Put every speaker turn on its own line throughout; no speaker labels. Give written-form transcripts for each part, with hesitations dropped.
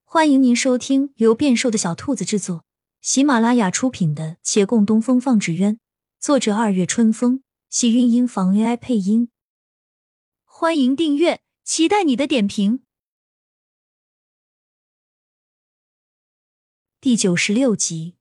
欢迎您收听由变瘦的小兔子制作，喜马拉雅出品的《且共东风放纸鸢》，作者二月春风，喜韵音房 AI 配音。欢迎订阅，期待你的点评。第96集，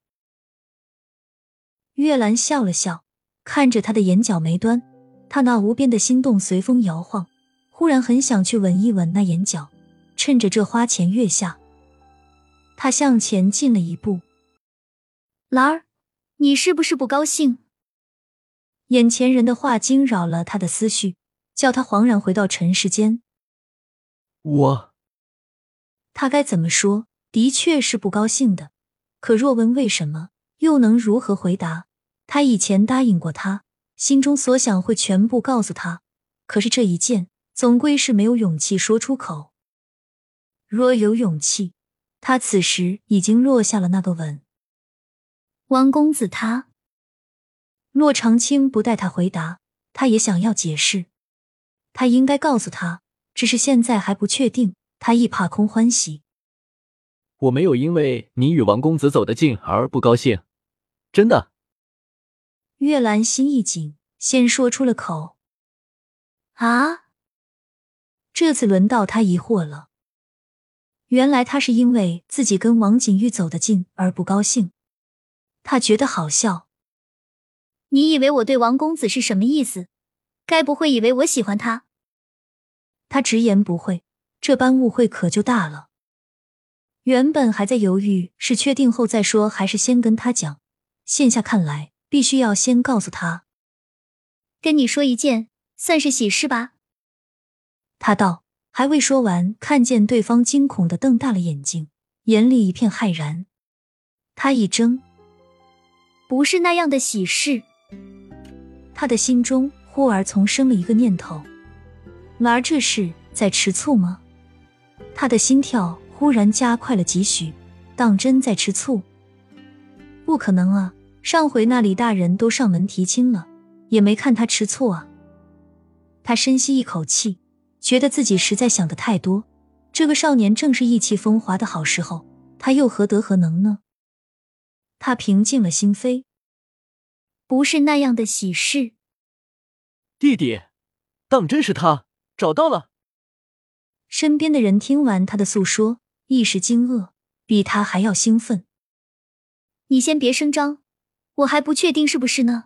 月兰笑了笑，看着他的眼角眉端，他那无边的心动随风摇晃，忽然很想去吻一吻那眼角，趁着这花前月下。他向前进了一步。兰儿，你是不是不高兴？眼前人的话惊扰了他的思绪，叫他恍然回到尘世间。他该怎么说？的确是不高兴的，可若问为什么，又能如何回答？他以前答应过他，心中所想会全部告诉他，可是这一件总归是没有勇气说出口。若有勇气，他此时已经落下了那个吻。王公子他……洛长青不待他回答，他也想要解释。他应该告诉他，只是现在还不确定，他亦怕空欢喜。
我没有因为你与王公子走得近而不高兴，真的。
月兰心一紧，先说出了口。啊？这次轮到他疑惑了。原来他是因为自己跟王景玉走得近而不高兴。他觉得好笑。你以为我对王公子是什么意思？该不会以为我喜欢他？他直言不讳，这般误会可就大了。原本还在犹豫是确定后再说还是先跟他讲，现下看来必须要先告诉他。跟你说一件算是喜事吧。他道，还未说完，看见对方惊恐地瞪大了眼睛，眼里一片骇然。他一怔，不是那样的喜事。他的心中忽而从生了一个念头，兰儿这是在吃醋吗？他的心跳忽然加快了几许，当真在吃醋？不可能啊，上回那李大人都上门提亲了，也没看他吃醋啊。他深吸一口气，觉得自己实在想得太多，这个少年正是意气风华的好时候，他又何德何能呢？他平静了心扉，不是那样的喜事。
弟弟，当真是他，找到了。
身边的人听完他的诉说，一时惊愕，比他还要兴奋。你先别声张，我还不确定是不是呢。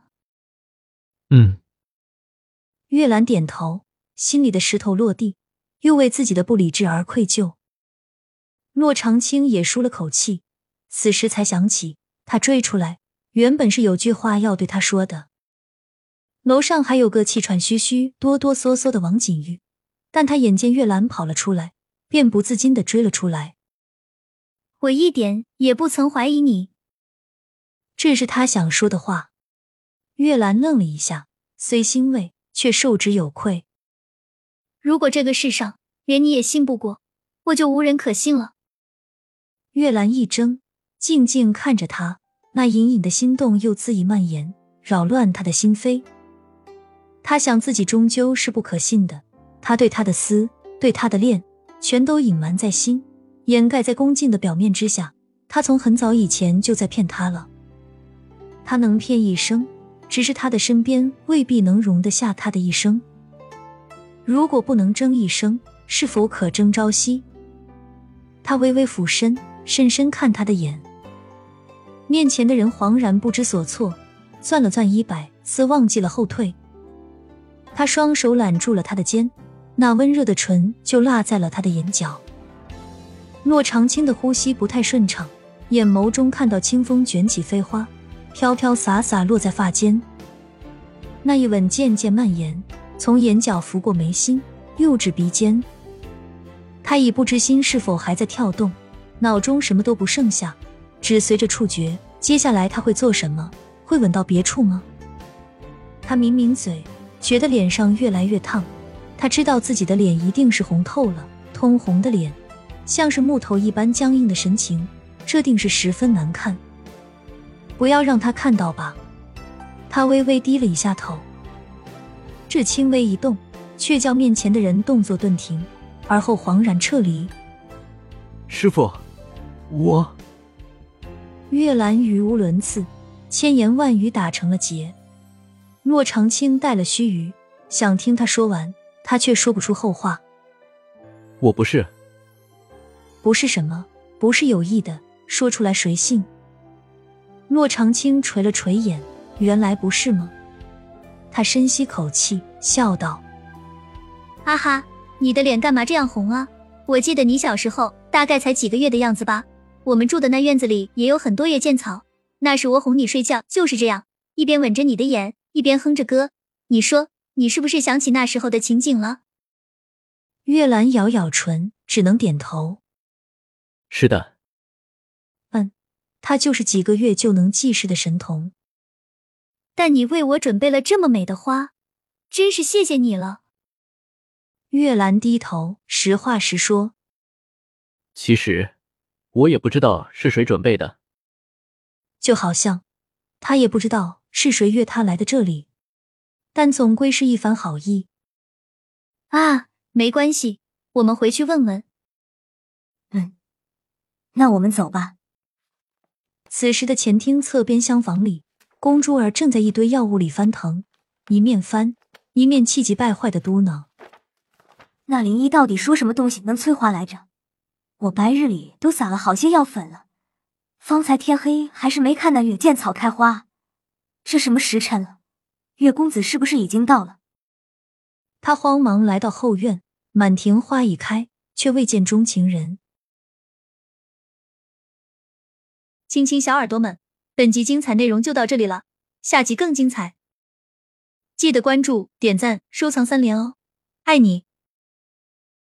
月兰点头，心里的石头落地，又为自己的不理智而愧疚。洛长青也舒了口气，此时才想起他追出来，原本是有句话要对他说的。楼上还有个气喘吁吁、哆哆嗦嗦的王景玉，但他眼见月兰跑了出来，便不自禁地追了出来。我一点也不曾怀疑你。这是他想说的话。月兰愣了一下，虽欣慰，却受之有愧。如果这个世上连你也信不过，我就无人可信了。月兰一怔，静静看着他，那隐隐的心动又恣意蔓延，扰乱他的心扉。他想自己终究是不可信的，他对他的思，对他的恋，全都隐瞒在心，掩盖在恭敬的表面之下。他从很早以前就在骗他了。他能骗一生，只是他的身边未必能容得下他的一生。如果不能争一生，是否可争朝夕？他微微俯身，深深看他的眼。面前的人恍然不知所措，攥了攥衣摆，似忘记了后退。他双手揽住了他的肩，那温热的唇就落在了他的眼角。洛长青的呼吸不太顺畅，眼眸中看到清风卷起飞花，飘飘洒洒落在发间。那一吻渐渐蔓延，从眼角拂过眉心，又至鼻尖。他已不知心是否还在跳动，脑中什么都不剩下，只随着触觉，接下来他会做什么？会吻到别处吗？他抿抿嘴，觉得脸上越来越烫。他知道自己的脸一定是红透了，通红的脸，像是木头一般僵硬的神情，这定是十分难看。不要让他看到吧。他微微低了一下头。这轻微一动，却叫面前的人动作顿停，而后惶然撤离。
师父， 我……
月兰语无伦次，千言万语打成了结。洛长青带了须臾，想听他说完，他却说不出后话。
我不是。
不是什么？不是有意的，说出来谁信？洛长青垂了垂眼，原来不是吗？他深吸口气，笑道：
哈哈，你的脸干嘛这样红啊？我记得你小时候大概才几个月的样子吧，我们住的那院子里也有很多月见草，那时我哄你睡觉就是这样，一边吻着你的眼，一边哼着歌。你说你是不是想起那时候的情景了？
月兰咬咬唇，只能点头。
是的。
他就是几个月就能记事的神童。
但你为我准备了这么美的花，真是谢谢你了。
月兰低头，实话实说。
其实我也不知道是谁准备的。
就好像他也不知道是谁约他来的这里，但总归是一番好意。
啊，没关系，我们回去问问。
那我们走吧。
此时的前厅侧边厢房里，公珠儿正在一堆药物里翻腾，一面翻一面气急败坏地嘟囔：
那灵医到底说什么东西能催化来着？我白日里都撒了好些药粉了，方才天黑还是没看那月见草开花。这什么时辰了？月公子是不是已经到了？
他慌忙来到后院，满庭花已开，却未见钟情人。
亲亲小耳朵们，本集精彩内容就到这里了，下集更精彩，记得关注、点赞、收藏3连哦，爱你。